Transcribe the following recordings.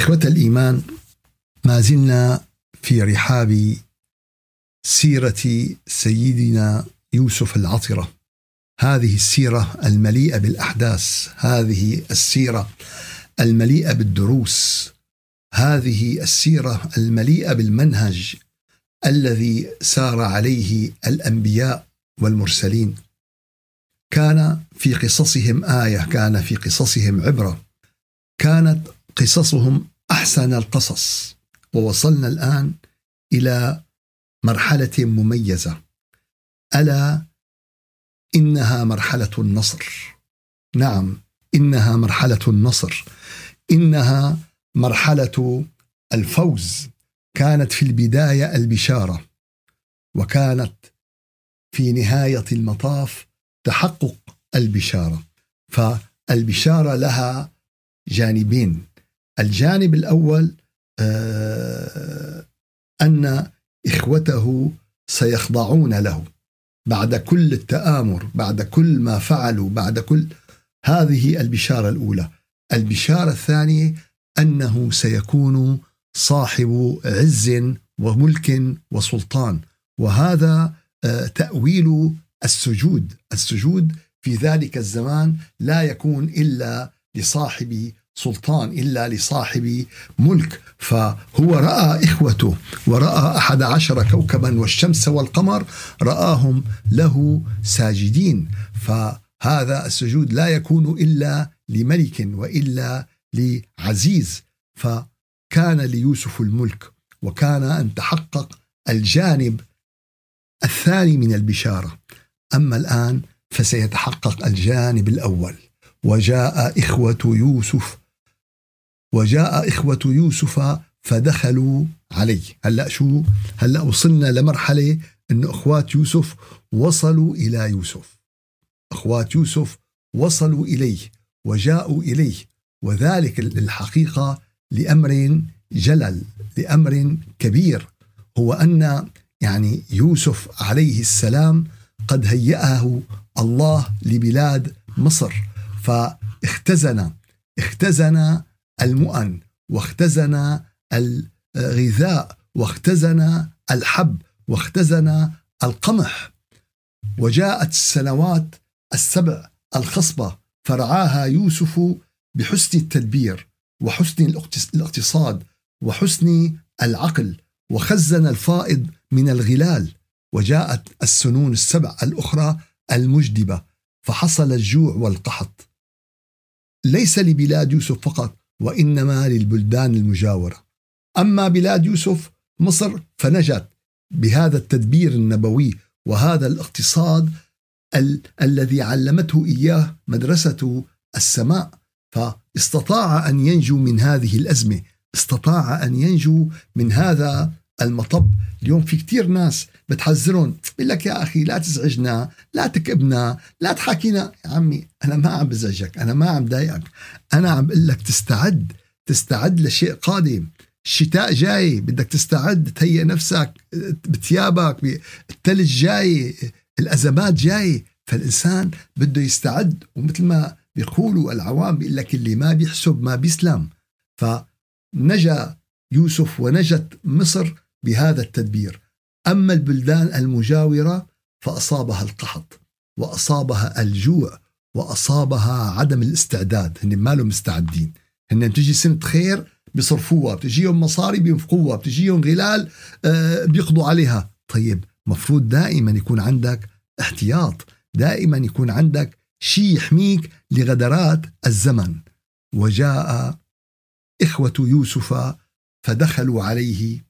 إخوة الإيمان، ما زلنا في رحاب سيرة سيدنا يوسف العطرة، هذه السيرة المليئة بالأحداث، هذه السيرة المليئة بالدروس، هذه السيرة المليئة بالمنهج الذي سار عليه الأنبياء والمرسلين. كان في قصصهم آية، كان في قصصهم عبرة، كانت قصصهم أحسن القصص. ووصلنا الآن إلى مرحلة مميزة، ألا إنها مرحلة النصر. نعم، إنها مرحلة النصر، إنها مرحلة الفوز. كانت في البداية البشارة، وكانت في نهاية المطاف تحقق البشارة. فالبشارة لها جانبين. الجانب الأول أن إخوته سيخضعون له بعد كل التآمر، بعد كل ما فعلوا، بعد كل هذه البشارة الأولى. البشارة الثانية أنه سيكون صاحب عز وملك وسلطان، وهذا تأويل السجود. السجود في ذلك الزمان لا يكون إلا لصاحب سلطان، إلا لصاحب ملك. فهو رأى إخوته ورأى 11 كوكبا والشمس والقمر، رآهم له ساجدين. فهذا السجود لا يكون إلا لملك وإلا لعزيز. فكان ليوسف الملك، وكان أن تحقق الجانب الثاني من البشارة. أما الآن فسيتحقق الجانب الأول. وجاء إخوة يوسف فدخلوا عليه. هلأ وصلنا لمرحلة أن أخوات يوسف وصلوا إلى يوسف. أخوات يوسف وصلوا إليه وجاءوا إليه، وذلك الحقيقة لأمر جلل، لأمر كبير، هو أن يوسف عليه السلام قد هيأه الله لبلاد مصر، فاختزن المؤن، واختزن الغذاء، واختزن الحب، واختزن القمح. وجاءت السنوات السبع الخصبة فرعاها يوسف بحسن التدبير وحسن الاقتصاد وحسن العقل، وخزن الفائض من الغلال. وجاءت السنون السبع الأخرى المجدبة، فحصل الجوع والقحط ليس لبلاد يوسف فقط، وإنما للبلدان المجاورة. أما بلاد يوسف مصر فنجت بهذا التدبير النبوي وهذا الاقتصاد الذي علمته إياه مدرسة السماء، فاستطاع أن ينجو من هذه الأزمة، استطاع أن ينجو من هذا المطب. اليوم في كتير ناس بتحذرون، بيقول لك يا أخي لا تزعجنا، لا تكئبنا، لا تحاكينا. يا عمي أنا ما عم بزعجك، أنا ما عم ضايقك، أنا عم بقول لك تستعد لشيء قادم. الشتاء جاي، بدك تستعد، تهيئ نفسك بثيابك، الثلج جاي، الأزمات جاي، فالإنسان بده يستعد. ومثل ما بيقولوا العوام، بيقول لك اللي ما بيحسب ما بيسلم. فنجا يوسف ونجت مصر بهذا التدبير. أما البلدان المجاورة فأصابها القحط، وأصابها الجوع، وأصابها عدم الاستعداد. هن ما لهم مستعدين، هن بتجي سنة خير بيصرفوها، بتجيهم مصاري بينفقوها، بتجيهم غلال بيقضوا عليها. طيب مفروض دائما يكون عندك احتياط، دائما يكون عندك شيء يحميك لغدرات الزمن. وجاء إخوة يوسف فدخلوا عليه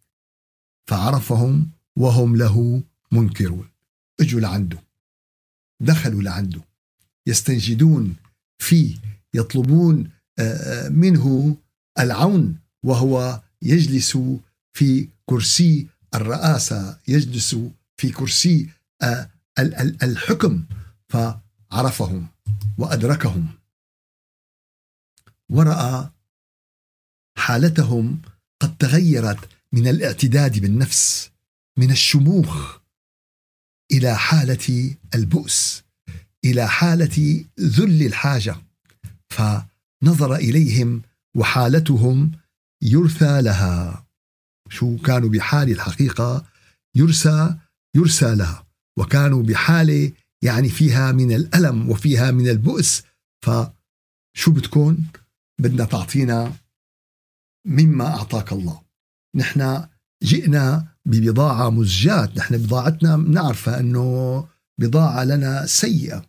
فعرفهم وهم له منكرون. اجوا لعنده، دخلوا لعنده، يستنجدون فيه، يطلبون منه العون، وهو يجلس في كرسي الرئاسة، يجلس في كرسي الحكم. فعرفهم وأدركهم، ورأى حالتهم قد تغيرت من الاعتداد بالنفس، من الشموخ، إلى حالة البؤس، إلى حالة ذل الحاجة. فنظر إليهم وحالتهم يرثى لها. شو كانوا بحال الحقيقة يرثى لها، وكانوا بحالة يعني فيها من الألم وفيها من البؤس. فشو بتكون؟ بدنا تعطينا مما أعطاك الله. نحن جئنا ببضاعة مزجات، نحن بضاعتنا نعرف أنه بضاعة لنا سيئة،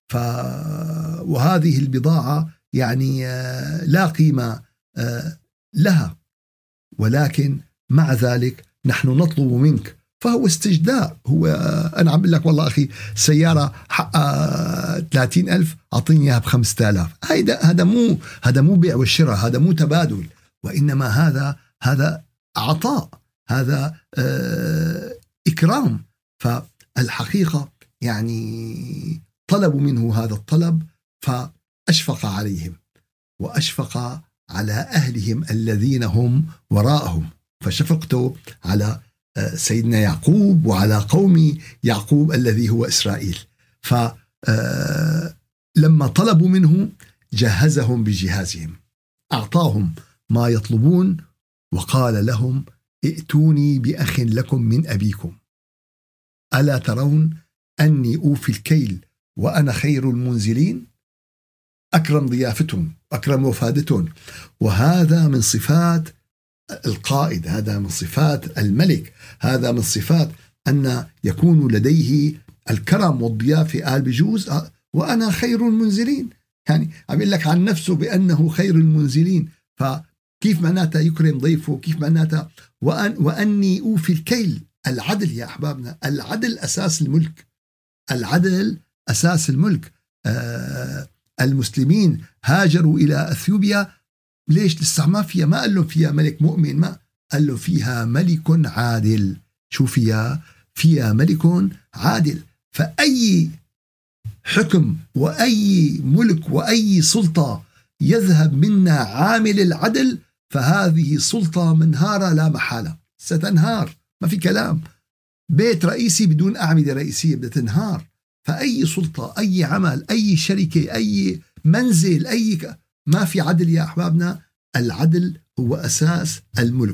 وهذه البضاعة يعني لا قيمة لها، ولكن مع ذلك نحن نطلب منك. فهو استجداء. هو أنا عم بقول لك والله أخي سيارة حقها 30,000 أعطيني إياها ب5,000. هذا مو بيع والشراء، هذا مو تبادل، وإنما هذا عطاء، هذا إكرام. فالحقيقة يعني طلبوا منه هذا الطلب، فأشفق عليهم وأشفق على أهلهم الذين هم وراءهم. فشفقته على سيدنا يعقوب وعلى قوم يعقوب الذي هو إسرائيل. فلما طلبوا منه جهزهم بجهازهم، أعطاهم ما يطلبون، وقال لهم ائتوني بأخ لكم من أبيكم، ألا ترون أني أوفي الكيل وأنا خير المنزلين؟ أكرم ضيافتهم، أكرم وفادتهم. وهذا من صفات القائد، هذا من صفات الملك، هذا من صفات أن يكون لديه الكرم والضيافة. قال بجوز وأنا خير المنزلين، يعني عم يقول لك عن نفسه بأنه خير المنزلين. فكيف معناتها يكرم ضيفه؟ كيف معناتها وأني أوفي الكيل؟ العدل يا أحبابنا، العدل أساس الملك، العدل أساس الملك. المسلمين هاجروا إلى أثيوبيا، ليش؟ لسه ما قال له فيها ملك مؤمن، ما قال له فيها ملك عادل. شو فيها ملك عادل. فأي حكم وأي ملك وأي سلطة يذهب منا عامل العدل، فهذه سلطة منهارة لا محالة، ستنهار، ما في كلام. بيت رئيسي بدون أعمدة رئيسية بدها تنهار. فأي سلطة، أي عمل، أي شركة، أي منزل، ما في عدل يا أحبابنا. العدل هو أساس الملك.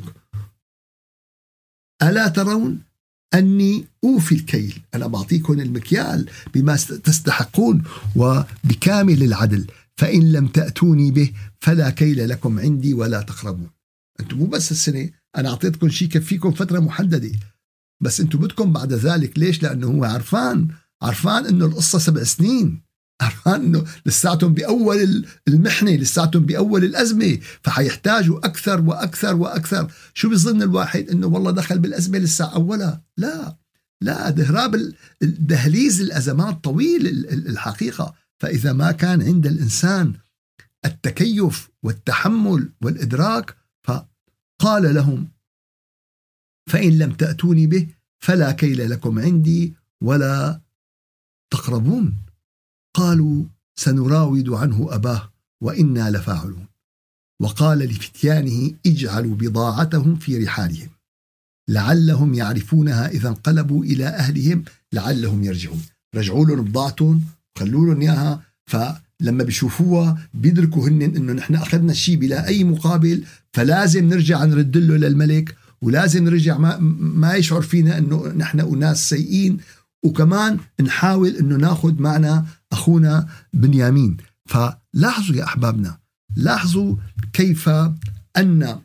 ألا ترون أني أوفي الكيل؟ أنا بعطيكم المكيال بما تستحقون وبكامل العدل. فإن لم تأتوني به فلا كيل لكم عندي ولا تقربون. أنتم مو بس السنة، أنا أعطيتكم شيء كفيكم فترة محددة، بس أنتم بدكم بعد ذلك. ليش؟ لأنه هو عرفان أنه القصة 7 سنين، عرفان أنه لساتهم بأول المحنة، لساتهم بأول الأزمة، فحيحتاجوا أكثر وأكثر وأكثر. شو بيظن الواحد؟ أنه والله دخل بالأزمة لسه أولها. لا، دهراب دهليز الأزمات طويل الحقيقة. فإذا ما كان عند الإنسان التكيف والتحمل والإدراك، فقال لهم فإن لم تأتوني به فلا كيل لكم عندي ولا تقربون. قالوا سنراود عنه أباه وإنا لفاعلون. وقال لفتيانه اجعلوا بضاعتهم في رحالهم لعلهم يعرفونها إذا انقلبوا إلى أهلهم لعلهم يرجعون. رجعوا لهم بضاعتهم، خلوا لهم إياها. فلما بيشوفوها بيدركوا هن إنه نحن أخذنا الشيء بلا أي مقابل، فلازم نرجع نرد له للملك، ولازم نرجع ما يشعر فينا إنه نحن أناس سيئين، وكمان نحاول إنه ناخذ معنا أخونا بنيامين. فلاحظوا يا أحبابنا، لاحظوا كيف أن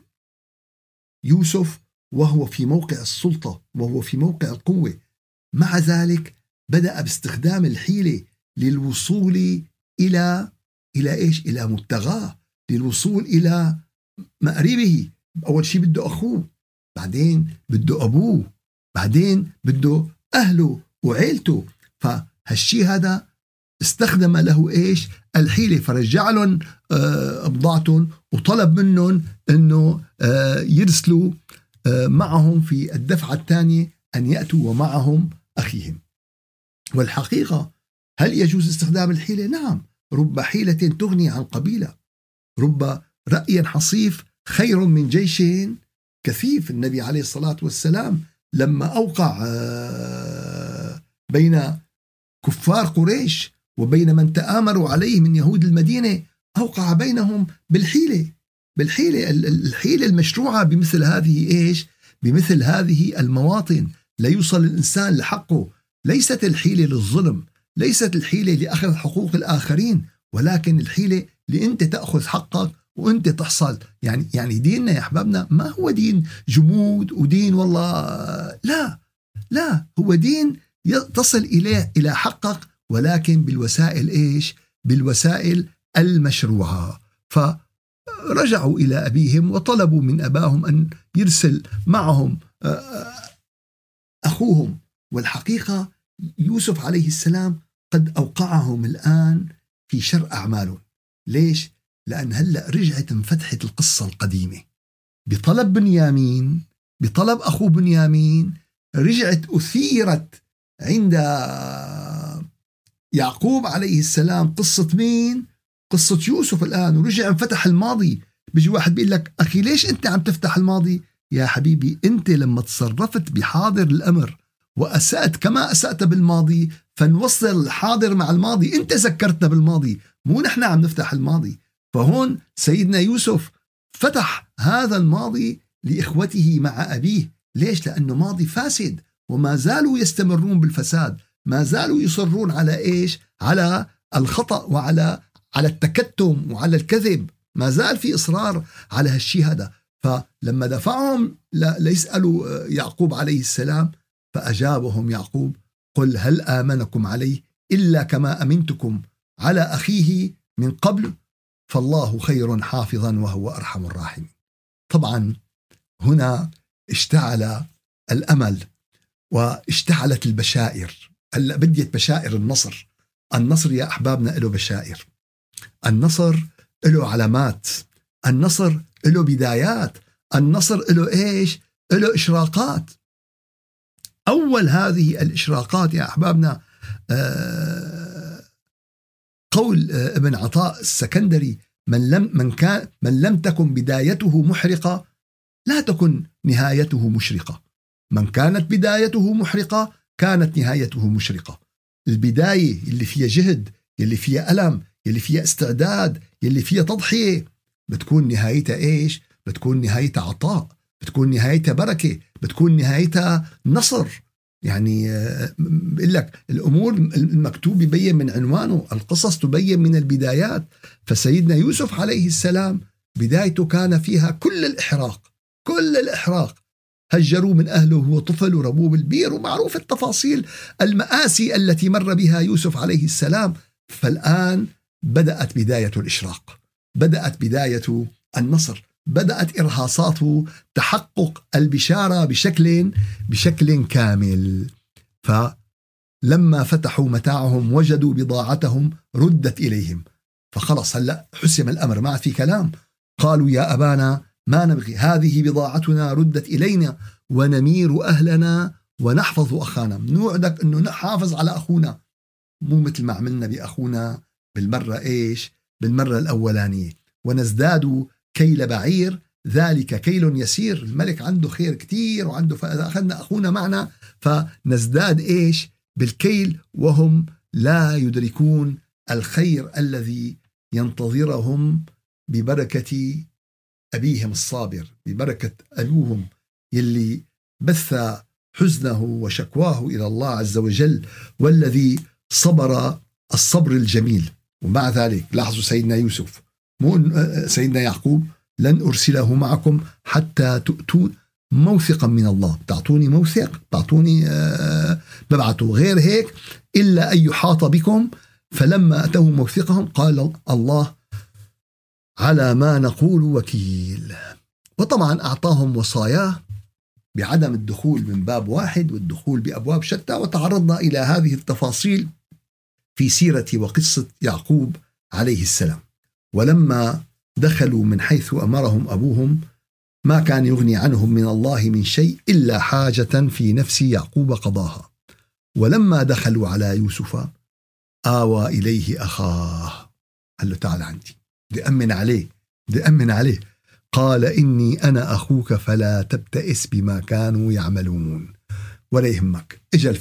يوسف وهو في موقع السلطة وهو في موقع القوة، مع ذلك بدأ باستخدام الحيلة للوصول إلى إيش؟ إلى مبتغاه، للوصول إلى مقربه. أول شيء بده أخوه، بعدين بده أبوه، بعدين بده أهله وعيلته. فهالشيء هذا استخدم له إيش؟ الحيلة. فرجع لهم بضاعتهم وطلب منهم أنه يرسلوا معهم في الدفعة الثانية أن يأتوا ومعهم أخيهم. والحقيقة هل يجوز استخدام الحيلة؟ نعم. رب حيلة تغني عن قبيلة، رب رأي حصيف خير من جيش كثيف. النبي عليه الصلاة والسلام لما أوقع بين كفار قريش وبين من تآمروا عليه من يهود المدينة، أوقع بينهم بالحيلة، الحيلة المشروعة بمثل هذه إيش؟ بمثل هذه المواطن ليوصل الإنسان لحقه. ليست الحيلة للظلم، ليست الحيلة لأخذ حقوق الآخرين، ولكن الحيلة لأنت تأخذ حقك وأنت تحصل. يعني ديننا يا أحبابنا ما هو دين جمود ودين والله، لا هو دين تصل إلى حقك، ولكن بالوسائل إيش؟ بالوسائل المشروعة. فرجعوا إلى أبيهم وطلبوا من أباهم أن يرسل معهم أخوهم. والحقيقة يوسف عليه السلام قد أوقعهم الآن في شر أعمالهم. ليش؟ لأن هلأ رجعت انفتحت القصة القديمة بطلب بنيامين، بطلب أخو بنيامين. رجعت أثيرت عند يعقوب عليه السلام قصة مين؟ قصة يوسف الآن، ورجع انفتح الماضي. بيجي واحد بيقول لك أخي ليش أنت عم تفتح الماضي؟ يا حبيبي أنت لما تصرفت بحاضر الأمر وأسأت كما أسأت بالماضي، فنوصل الحاضر مع الماضي. أنت ذكرتنا بالماضي، مو نحن عم نفتح الماضي. فهون سيدنا يوسف فتح هذا الماضي لإخوته مع أبيه. ليش؟ لأنه ماضي فاسد، وما زالوا يستمرون بالفساد، ما زالوا يصرون على إيش؟ على الخطأ وعلى التكتم وعلى الكذب. ما زال في إصرار على هالشيء هذا. فلما دفعهم ليسألوا يعقوب عليه السلام، فأجابهم يعقوب: قل هل آمنكم عليه إلا كما أمنتكم على أخيه من قبل، فالله خير حافظا وهو أرحم الراحمين. طبعا هنا اشتعل الأمل واشتعلت البشائر. هلا بديت بشائر النصر. النصر يا أحبابنا له بشائر، النصر له علامات، النصر له بدايات، النصر له إيش؟ له إشراقات. أول هذه الإشراقات يا أحبابنا قول ابن عطاء السكندري: من لم تكن بدايته محرقة لا تكن نهايته مشرقة. من كانت بدايته محرقة كانت نهايته مشرقة. البداية اللي فيها جهد، اللي فيها ألم، اللي فيها استعداد، اللي فيها تضحية، بتكون نهايتها إيش؟ بتكون نهايتها عطاء، بتكون نهايتها بركة، بتكون نهايتها نصر. يعني بقول لك الأمور المكتوب يبين من عنوانه، القصص تبين من البدايات. فسيدنا يوسف عليه السلام بدايته كان فيها كل الإحراق. هجروا من أهله وهو طفل ورموه بالبير، ومعروف التفاصيل المآسي التي مر بها يوسف عليه السلام. فالآن بدأت بداية الإشراق، بدأت بداية النصر، بدأت إرهاصاته تحقق البشارة بشكل كامل. فلما فتحوا متاعهم وجدوا بضاعتهم ردت إليهم. فخلص هلأ حسم الأمر، ما في كلام. قالوا يا أبانا ما نبغي، هذه بضاعتنا ردت إلينا ونمير أهلنا ونحفظ أخانا. نوعدك أنه نحافظ على أخونا، مو مثل ما عملنا بأخونا بالمرة إيش؟ بالمرة الأولانية. ونزداد كيل بعير ذلك كيل يسير. الملك عنده خير كتير وعنده، فإذا أخذنا أخونا معنا فنزداد إيش؟ بالكيل، وهم لا يدركون الخير الذي ينتظرهم ببركة أبيهم الصابر، ببركة أبوهم يلي بث حزنه وشكواه إلى الله عز وجل، والذي صبر الصبر الجميل. ومع ذلك لاحظوا سيدنا يوسف، مو سيدنا يعقوب: لن أرسله معكم حتى تؤتون موثقا من الله. تعطوني موثق، تعطوني ببعثوا، غير هيك إلا أن يحاط بكم. فلما أتوا موثقهم قال الله على ما نقول وكيل. وطبعا أعطاهم وصاياه بعدم الدخول من باب واحد والدخول بأبواب شتى. وتعرضنا إلى هذه التفاصيل في سيرة وقصة يعقوب عليه السلام. ولما دخلوا من حيث أمرهم أبوهم ما كان يغني عنهم من الله من شيء إلا حاجة في نفس يعقوب قضاها. ولما دخلوا على يوسف آوى إليه أخاه، قال له تعال عندي، بدي أمن عليه. قال إني أنا أخوك فلا تبتئس بما كانوا يعملون، ولا يهمك. إجا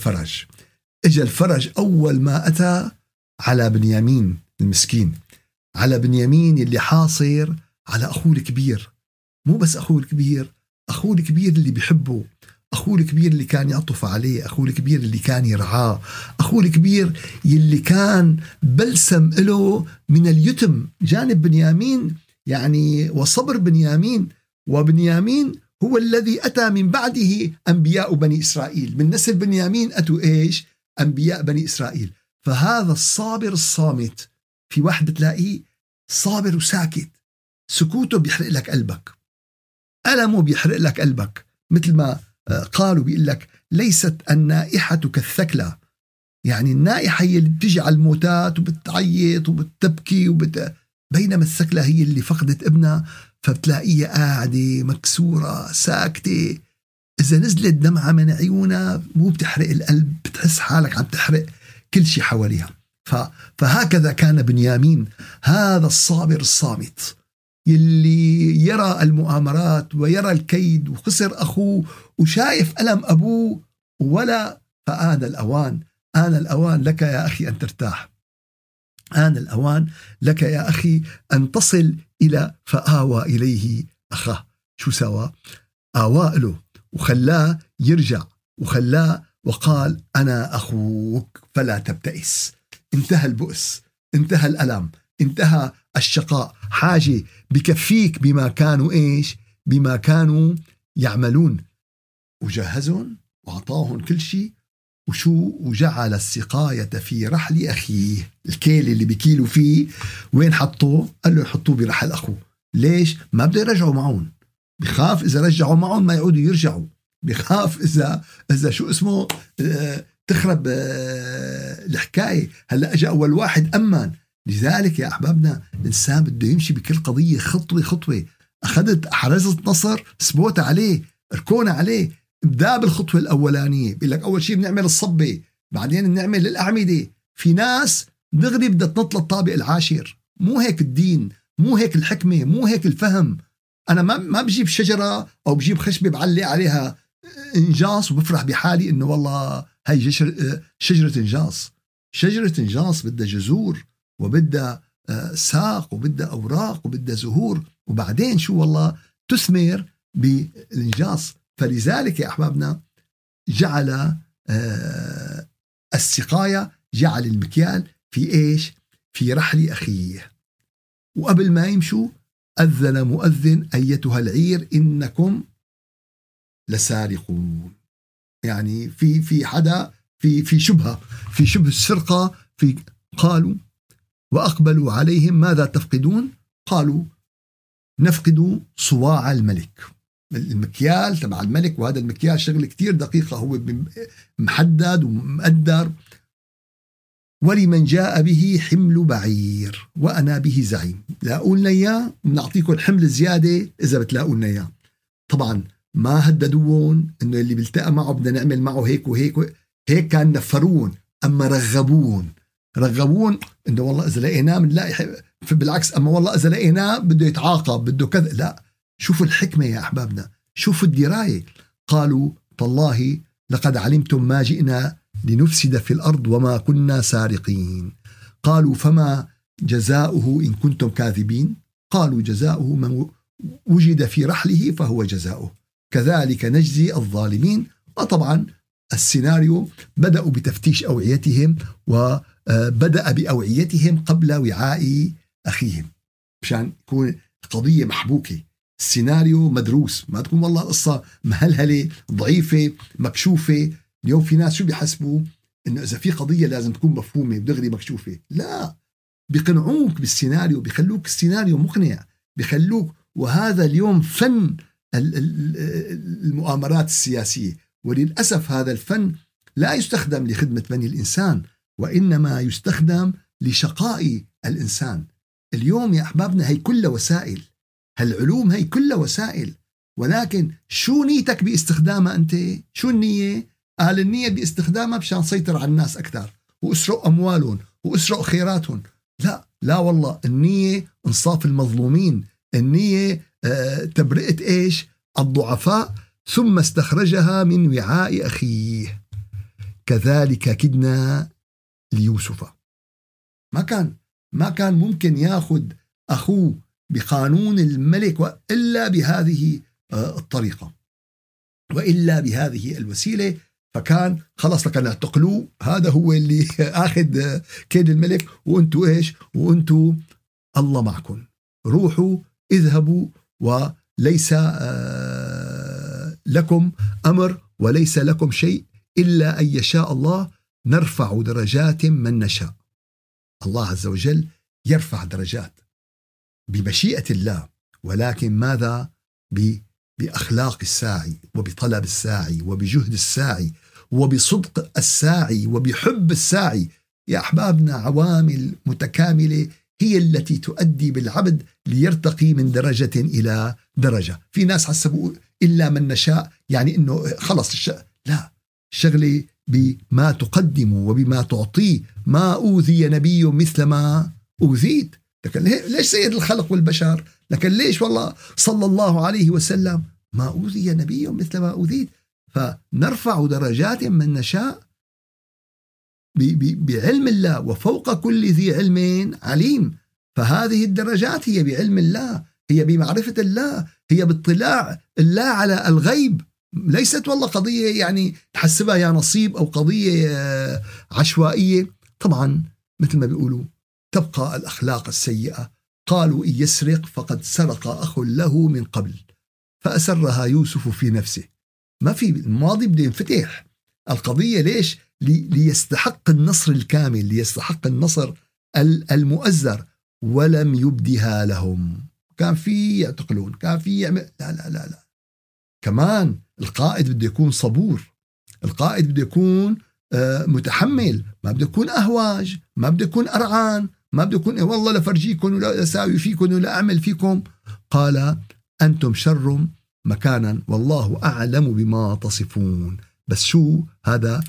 الفرج أول ما أتى على بنيامين المسكين، على بنيامين اللي حاصر على أخوه الكبير. مو بس أخوه الكبير، أخوه الكبير اللي بيحبه، أخوه الكبير اللي كان يعطف عليه، أخوه الكبير اللي كان يرعاه، أخوه الكبير يلي كان بلسم له من اليتم جانب بنيامين، يعني وصبر بنيامين. وبنيامين هو الذي أتى من بعده أنبياء بني إسرائيل، من نسل بنيامين أتوا إيش؟ أنبياء بني إسرائيل. فهذا الصابر الصامت، في واحد بتلاقيه صابر وساكت، سكوته بيحرق لك قلبك، ألمه بيحرق لك قلبك. مثل ما قالوا بيقول لك ليست النائحة كالثكلى، يعني النائحة هي اللي بتجي على الموتات وبتعيط وبتبكي بينما الثكلى هي اللي فقدت ابنها، فبتلاقيها قاعدة مكسورة ساكتة، إذا نزلت دمعة من عيونها مو بتحرق القلب، بتحس حالك عم تحرق كل شيء حواليها. فهكذا كان بنيامين، هذا الصابر الصامت يلي يرى المؤامرات ويرى الكيد، وخسر أخوه وشايف ألم أبوه ولا. فآن الأوان، آن الأوان لك يا أخي أن ترتاح، آن الأوان لك يا أخي أن تصل إلى. فآوى إليه أخاه. شو سوى؟ آوى له وخلاه يرجع، وخلاه وقال أنا أخوك فلا تبتئس. انتهى البؤس، انتهى الألم، انتهى الشقاء. حاجة بكفيك بما كانوا إيش؟ بما كانوا يعملون. وجهزهم وعطاهم كل شيء. وشو؟ وجعل السقاية في رحل أخيه. الكيل اللي بكيلوا فيه وين حطوه؟ قال له حطوه برحل أخوه. ليش؟ ما بده يرجعوا معهم، بخاف إذا رجعوا معهم ما يعودوا يرجعوا، بخاف إذا شو اسمه تخرب الحكاية. هلأ أجا أول واحد أمن. لذلك يا أحبابنا الإنسان بده يمشي بكل قضية خطوة خطوة. أخذت حرزة نصر سبوت عليه، ركونا عليه. ابدأ بالخطوة الأولانية، بيقول لك أول شيء بنعمل الصبة، بعدين بنعمل الأعمدة. في ناس دغري بدها تنط للطابق العاشر. مو هيك الدين، مو هيك الحكمة، مو هيك الفهم. أنا ما بجيب شجرة أو بجيب خشبة بعلق عليها إنجاص وبفرح بحالي إنه والله هاي شجرة إنجاص. شجرة إنجاص بدها جذور وبدها ساق وبدها أوراق وبدها زهور، وبعدين شو والله تثمر بالإنجاص. فلذلك يا أحبابنا جعل السقاية، جعل المكيال في إيش؟ في رحل أخيه. وقبل ما يمشوا أذن مؤذن أيتها العير إنكم لسارقون. يعني في حدا في شبهة، في شبه السرقة. قالوا وأقبلوا عليهم ماذا تفقدون؟ قالوا نفقد صواع الملك، المكيال تبع الملك. وهذا المكيال شغله كتير دقيقة، هو محدد ومقدر. ولمن جاء به حمل بعير وأنا به زعيم. لاقوا لنا إياه بنعطيكم الحمل زيادة إذا بتلاقوا لنا إياه. طبعا ما هددوهم إنه اللي بيلتقى معه بدنا نعمل معه هيك وهيك، هيك كان نفرون. أما رغبون إنه والله إذا لقيناه بنلاقي، بالعكس أما والله إذا لقيناه بده يتعاقب بده كذا. لا، شوفوا الحكمة يا أحبابنا، شوفوا الدراية. قالوا تالله لقد علمتم ما جئنا لنفسد في الأرض وما كنا سارقين. قالوا فما جزاؤه إن كنتم كاذبين؟ قالوا جزاؤه من وجد في رحله فهو جزاؤه كذلك نجزي الظالمين. وطبعا السيناريو بدأوا بتفتيش أوعيتهم، وبدأ بأوعيتهم قبل وعاء أخيهم مشان يكون قضية محبوكة. السيناريو مدروس، ما تكون والله قصة مهلهلة ضعيفة مكشوفة. اليوم في ناس شو بيحسبوا؟ إنه إذا في قضية لازم تكون مفهومة بدغري مكشوفة. لا، بيقنعوك بالسيناريو، بيخلوك السيناريو مقنع، بيخلوك. وهذا اليوم فن المؤامرات السياسية. وللأسف هذا الفن لا يستخدم لخدمة بني الإنسان، وإنما يستخدم لشقاء الإنسان. اليوم يا أحبابنا هي كلها وسائل، هالعلوم هي كلها وسائل، ولكن شو نيتك باستخدامها أنت؟ شو النية؟ قال النية باستخدامها مشان سيطر على الناس أكثر وأسرق أموالهم وأسرق خيراتهم. لا والله، النية إنصاف المظلومين، النية تبرئة إيش؟ الضعفاء. ثم استخرجها من وعاء أخيه كذلك كدنا ليوسف. ما كان ممكن ياخذ أخوه بقانون الملك إلا بهذه الطريقة وإلا بهذه الوسيلة، فكان خلص لكن اعتقلوه، هذا هو اللي آخذ كيد الملك، وأنتوا إيش؟ وأنتوا الله معكم، روحوا اذهبوا وليس لكم أمر وليس لكم شيء إلا أن يشاء الله نرفع درجات من نشاء. الله عز وجل يرفع درجات بمشيئة الله، ولكن ماذا؟ بأخلاق الساعي وبطلب الساعي وبجهد الساعي وبصدق الساعي وبحب الساعي. يا أحبابنا، عوامل متكاملة هي التي تؤدي بالعبد ليرتقي من درجة إلى درجة. في ناس حسبوا إلا من نشاء يعني إنه خلص لا، الشغلة بما تقدم وبما تعطيه. ما أوذي نبي مثل ما أوذيت. لكن ليش سيد الخلق والبشر؟ لكن ليش والله صلى الله عليه وسلم ما أوذي نبي مثل ما أوذيت؟ فنرفع درجات من نشاء بعلم الله، وفوق كل ذي علم عليم. فهذه الدرجات هي بعلم الله، هي بمعرفة الله، هي باطلاع الله على الغيب. ليست والله قضية يعني تحسبها يا نصيب أو قضية عشوائية. طبعا مثل ما بيقولوا تبقى الأخلاق السيئة. قالوا إن يسرق فقد سرق أخ له من قبل فأسرها يوسف في نفسه. ما في الماضي بده ينفتح القضية. ليش؟ ليستحق النصر الكامل، ليستحق النصر المؤزر، ولم يبدها لهم. كان في يعتقلون، كان في يعمل لا لا لا لا. كمان القائد بده يكون صبور، القائد بده يكون متحمل، ما بده يكون أهواج، ما بده يكون أرعان، ما بده يكون والله لفرجيكم ولا أساوي فيكم ولا أعمل فيكم. قال أنتم شر مكانا والله أعلم بما تصفون. بس شو هذا؟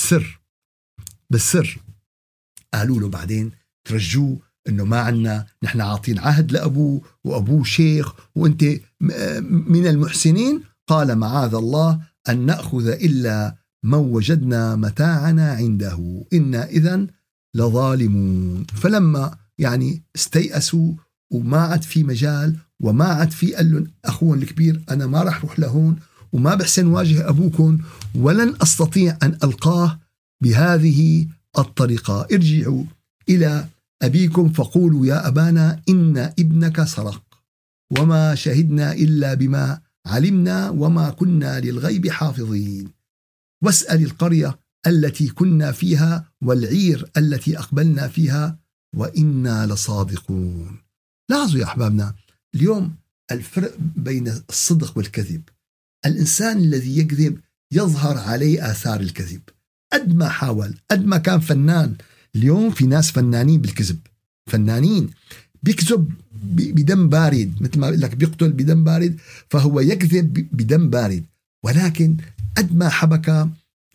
بالسر. قالوا له بعدين ترجوه إنه ما عنا، نحن عاطين عهد لأبوه وأبوه شيخ وأنت من المحسنين. قال معاذ الله أن نأخذ إلا من وجدنا متاعنا عنده إنا إذن لظالمون. فلما يعني استيأسوا وما عاد في مجال وما عاد في، قال لهم أخوهم الكبير أنا ما رح روح لهون وما بحسن واجه أبوكم ولن أستطيع أن ألقاه بهذه الطريقة. ارجعوا إلى أبيكم فقولوا يا أبانا إن ابنك سرق وما شهدنا إلا بما علمنا وما كنا للغيب حافظين، واسأل القرية التي كنا فيها والعير التي أقبلنا فيها وإنا لصادقون. لاحظوا يا أحبابنا اليوم الفرق بين الصدق والكذب. الإنسان الذي يكذب يظهر عليه آثار الكذب. قد ما حاول، قد ما كان فنان. اليوم في ناس فنانين بالكذب، فنانين بيكذب بدم بارد، مثل ما لك بيقتل بدم بارد، فهو يكذب بدم بارد. ولكن قد ما حبك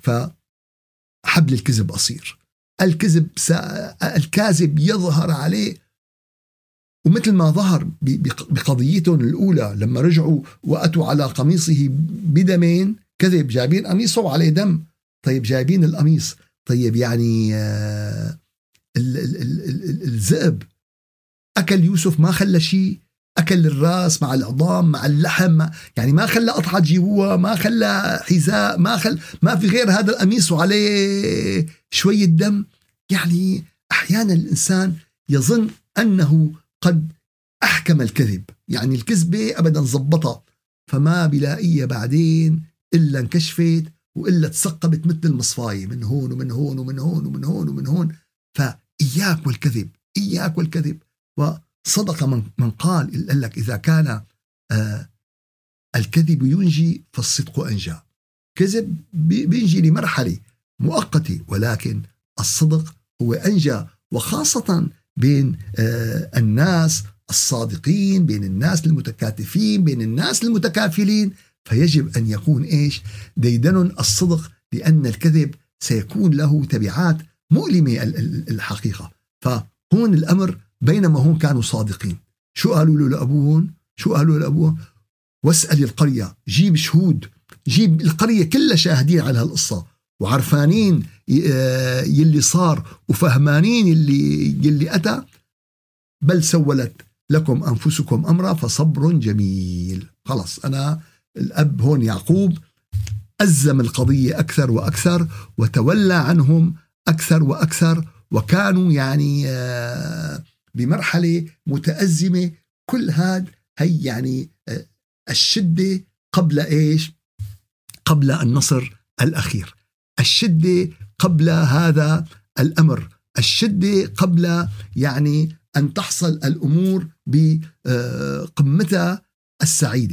فحبل الكذب قصير. الكاذب يظهر عليه، ومثل ما ظهر بقضيتهم الأولى لما رجعوا وأتوا على قميصه بدمين كذب، جايبين قميصه وعليه دم. طيب جايبين القميص، طيب يعني الذئب أكل يوسف ما خلى شيء، أكل الراس مع العظام مع اللحم، يعني ما خلى قطعة جيبوها، ما خلى حذاء، ما في غير هذا القميص وعليه شوية دم. يعني أحيانا الإنسان يظن أنه قد أحكم الكذب، يعني الكذبة أبدا زبطها، فما بلاقيها بعدين إلا انكشفت وإلا تسقبت مثل المصفاية من هون ومن هون ومن هون ومن هون ومن هون. فإياك والكذب، إياك والكذب. وصدق من قال لك إذا كان الكذب ينجي فالصدق أنجى. كذب بينجي لمرحلة مؤقتة، ولكن الصدق هو أنجى، وخاصة بين الناس الصادقين، بين الناس المتكاتفين، بين الناس المتكافلين. فيجب أن يكون إيش؟ ديدن الصدق، لأن الكذب سيكون له تبعات مؤلمة الحقيقة. فهون الأمر بينما هم كانوا صادقين. شو قالوا له لأبوهم؟ شو قالوا لأبوهم؟ واسأل القرية، جيب شهود، جيب القرية كلها شاهدين على هالقصة وعرفانين يلي صار وفهمانين يلي أتى. بل سولت لكم أنفسكم أمرا فصبر جميل. خلص أنا الأب هون يعقوب أزم القضية أكثر وأكثر وتولى عنهم أكثر وأكثر، وكانوا يعني بمرحلة متأزمة. كل هذا هي يعني الشدة قبل إيش؟ قبل النصر الأخير، الشدة قبل هذا الأمر، الشدة قبل يعني أن تحصل الأمور بقمتها السعيدة.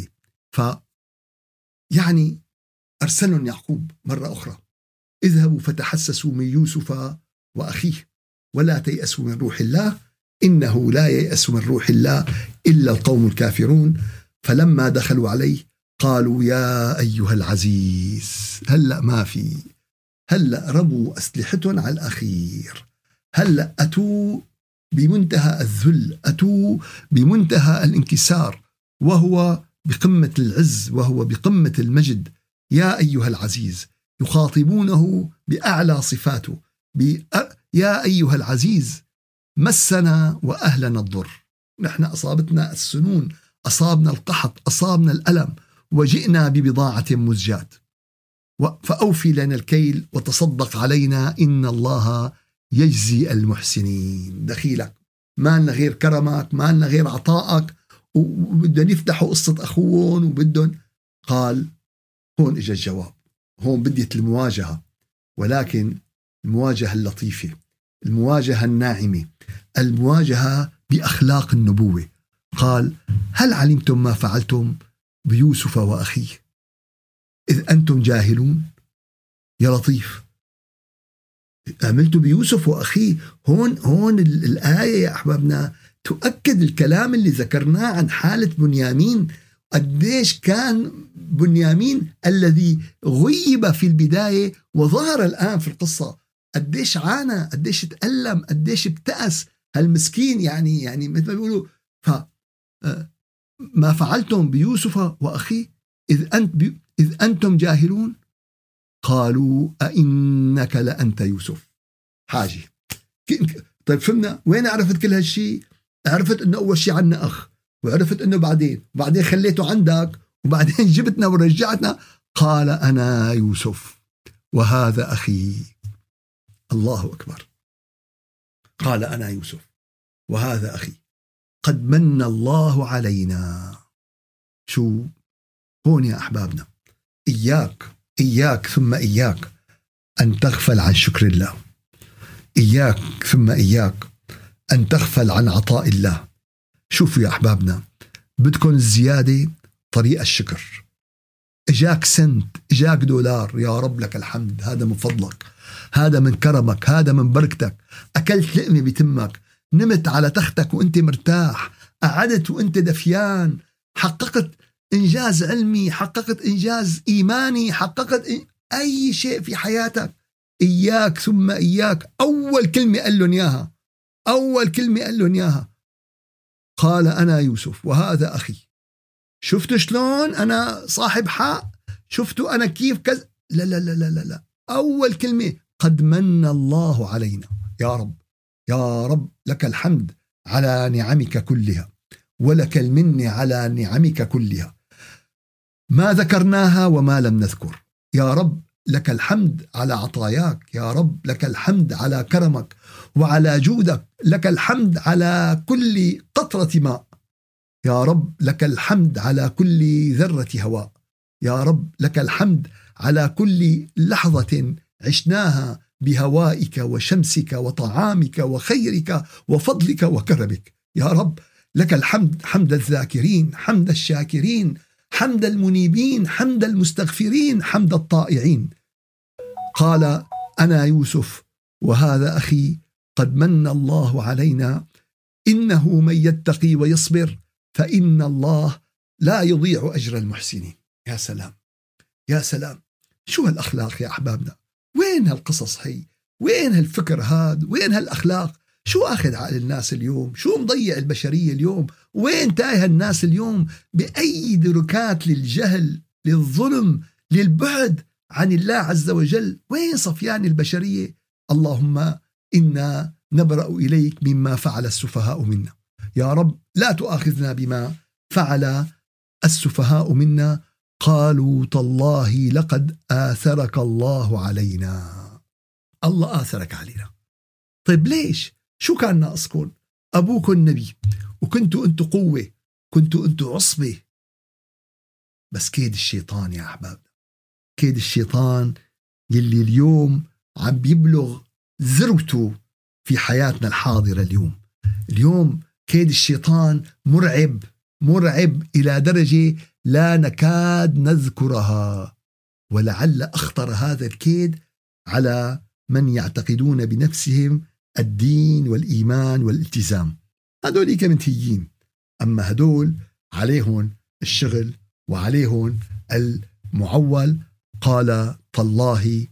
يعني أرسلهم يعقوب مرة أخرى: اذهبوا فتحسسوا من يوسف وأخيه ولا تيأسوا من روح الله إنه لا ييأس من روح الله إلا القوم الكافرون. فلما دخلوا عليه قالوا يا أيها العزيز، هلأ ما في، هلأ رموا أسلحتهم على الأخير، هلأ أتوا بمنتهى الذل، أتوا بمنتهى الانكسار، وهو بقمة العز وهو بقمة المجد. يا أيها العزيز، يخاطبونه بأعلى صفاته، يا أيها العزيز مسنا وأهلنا الضر، نحن أصابتنا السنون، أصابنا القحط، أصابنا الألم، وجئنا ببضاعة مزجاة، فأوفي لنا الكيل وتصدق علينا إن الله يجزي المحسنين. دخيلك ما لنا غير كرمك، ما لنا غير عطائك، وبدهم يفتحوا قصة أخوهم وبدهم. قال هون إجا الجواب، هون بديت المواجهة، ولكن المواجهة اللطيفة، المواجهة الناعمة، المواجهة بأخلاق النبوة. قال هل علمتم ما فعلتم بيوسف وأخيه إذ أنتم جاهلون؟ يا لطيف، عملتوا بيوسف وأخيه. هون الآية يا أحبابنا تؤكد الكلام اللي ذكرناه عن حالة بنيامين. قديش كان بنيامين الذي غيب في البداية وظهر الآن في القصة، قديش عانى، قديش تألم، قديش ابتأس هالمسكين. يعني مثل ما بيقولوا ما فعلتم بيوسف وأخيه إذ أنتم جاهلون. قالوا أئنك لأنت يوسف. حاجة طيب فهمنا وين عرفت كل هالشيء؟ عرفت أنه أول شيء عنا أخ، وعرفت أنه بعدين خليته عندك، وبعدين جبتنا ورجعتنا. قال أنا يوسف وهذا أخي. الله أكبر. قال أنا يوسف وهذا أخي قد من الله علينا. شو هون يا أحبابنا؟ إياك ثم إياك أن تغفل عن شكر الله، إياك ثم إياك أن تغفل عن عطاء الله. شوفوا يا أحبابنا، بدكم الزيادة طريقة الشكر. إجاك سنت، إجاك دولار، يا رب لك الحمد، هذا من فضلك، هذا من كرمك، هذا من بركتك. أكلت لقمة بتمك، نمت على تختك وانت مرتاح، قعدت وانت دفيان، حققت إنجاز علمي، حققت إنجاز إيماني، حققت أي شيء في حياتك. إياك ثم إياك. أول كلمة قال لهم إياها، أول كلمة قال لهم إياها، قال أنا يوسف وهذا أخي. شفتوا شلون أنا صاحب حق؟ شفتوا أنا كيف كذا؟ لا لا لا لا لا. أول كلمة قد من الله علينا. يا رب، يا رب لك الحمد على نعمك كلها، ولك المن على نعمك كلها، ما ذكرناها وما لم نذكر. يا رب لك الحمد على عطاياك، يا رب لك الحمد على كرمك وعلى جودك، لك الحمد على كل قطرة ماء، يا رب لك الحمد على كل ذرة هواء، يا رب لك الحمد على كل لحظة عشناها بهوائك وشمسك وطعامك وخيرك وفضلك وكرمك. يا رب لك الحمد، حمد الذاكرين، حمد الشاكرين، حمد المنيبين، حمد المستغفرين، حمد الطائعين. قال أنا يوسف وهذا أخي قد من الله علينا إنه من يتقي ويصبر فإن الله لا يضيع أجر المحسنين. يا سلام، يا سلام، شو هالأخلاق يا أحبابنا؟ وين هالقصص هي؟ وين هالفكر هاد؟ وين هالأخلاق؟ شو أخذ عقل الناس اليوم؟ شو مضيع البشرية اليوم؟ وين تايه الناس اليوم؟ بأي دركات للجهل، للظلم، للبعد عن الله عز وجل. وين صفيان البشرية؟ اللهم إنا نبرأ إليك مما فعل السفهاء منا. يا رب لا تؤاخذنا بما فعل السفهاء منا. قالوا تالله لقد آثرك الله علينا. الله آثرك علينا. طيب ليش؟ شو كان ناقصكم؟ أبوكم نبي، وكنتوا أنتوا قوة، كنتوا أنتوا عصبة. بس كيد الشيطان يا أحباب، كيد الشيطان يلي اليوم عم بيبلغ ذروته في حياتنا الحاضرة اليوم كيد الشيطان مرعب إلى درجة لا نكاد نذكرها. ولعل أخطر هذا الكيد على من يعتقدون بنفسهم الدين والإيمان والالتزام. هدول منتهيين، أما هدول عليهم الشغل وعليهم المعول. قال تالله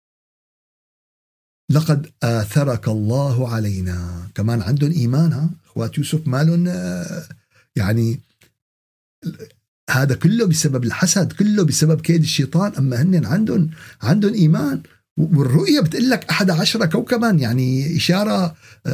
لقد آثرك الله علينا. كمان عندهم إيمان. أخوات يوسف مالهم يعني هذا كله بسبب الحسد، كله بسبب كيد الشيطان. أما هن عندهم إيمان، والرؤية بتقول لك 11 كوكبا، يعني إشارة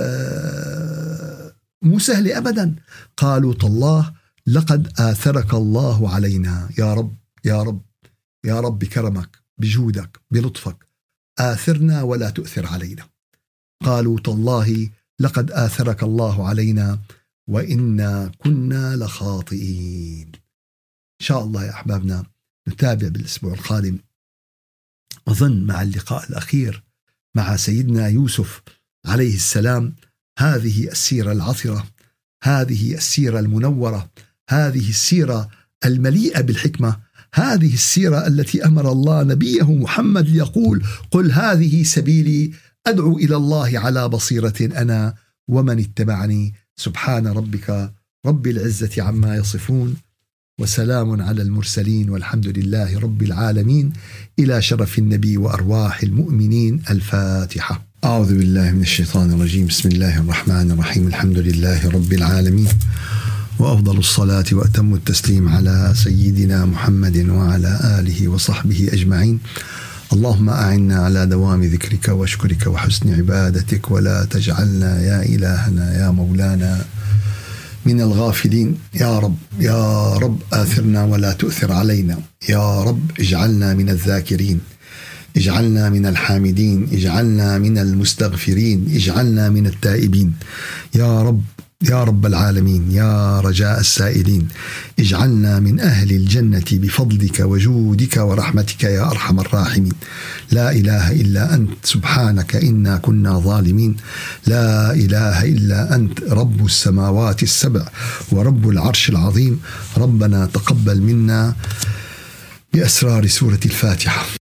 مو سهلة أبدا. قالوا تالله لقد آثرك الله علينا. يا رب يا رب يا رب، بكرمك بجودك بلطفك آثرنا ولا تؤثر علينا. قالوا تالله لقد آثرك الله علينا وإنا كنا لخاطئين. إن شاء الله يا أحبابنا نتابع بالأسبوع القادم، أظن مع اللقاء الأخير مع سيدنا يوسف عليه السلام، هذه السيرة العطرة، هذه السيرة المنورة، هذه السيرة المليئة بالحكمة، هذه السيرة التي أمر الله نبيه محمد ليقول قل هذه سبيلي أدعو إلى الله على بصيرة أنا ومن اتبعني. سبحان ربك رب العزة عما يصفون، وسلام على المرسلين، والحمد لله رب العالمين. إلى شرف النبي وأرواح المؤمنين. الفاتحة. أعوذ بالله من الشيطان الرجيم. بسم الله الرحمن الرحيم. الحمد لله رب العالمين، وأفضل الصلاة وأتم التسليم على سيدنا محمد وعلى آله وصحبه أجمعين. اللهم أعنا على دوام ذكرك وشكرك وحسن عبادتك، ولا تجعلنا يا إلهنا يا مولانا من الغافلين. يا رب يا رب آثرنا ولا تؤثر علينا. يا رب اجعلنا من الذاكرين، اجعلنا من الحامدين، اجعلنا من المستغفرين، اجعلنا من التائبين. يا رب يا رب العالمين، يا رجاء السائلين، اجعلنا من أهل الجنة بفضلك وجودك ورحمتك يا أرحم الراحمين. لا إله إلا أنت سبحانك إنا كنا ظالمين. لا إله إلا أنت رب السماوات السبع ورب العرش العظيم. ربنا تقبل منا بأسرار سورة الفاتحة.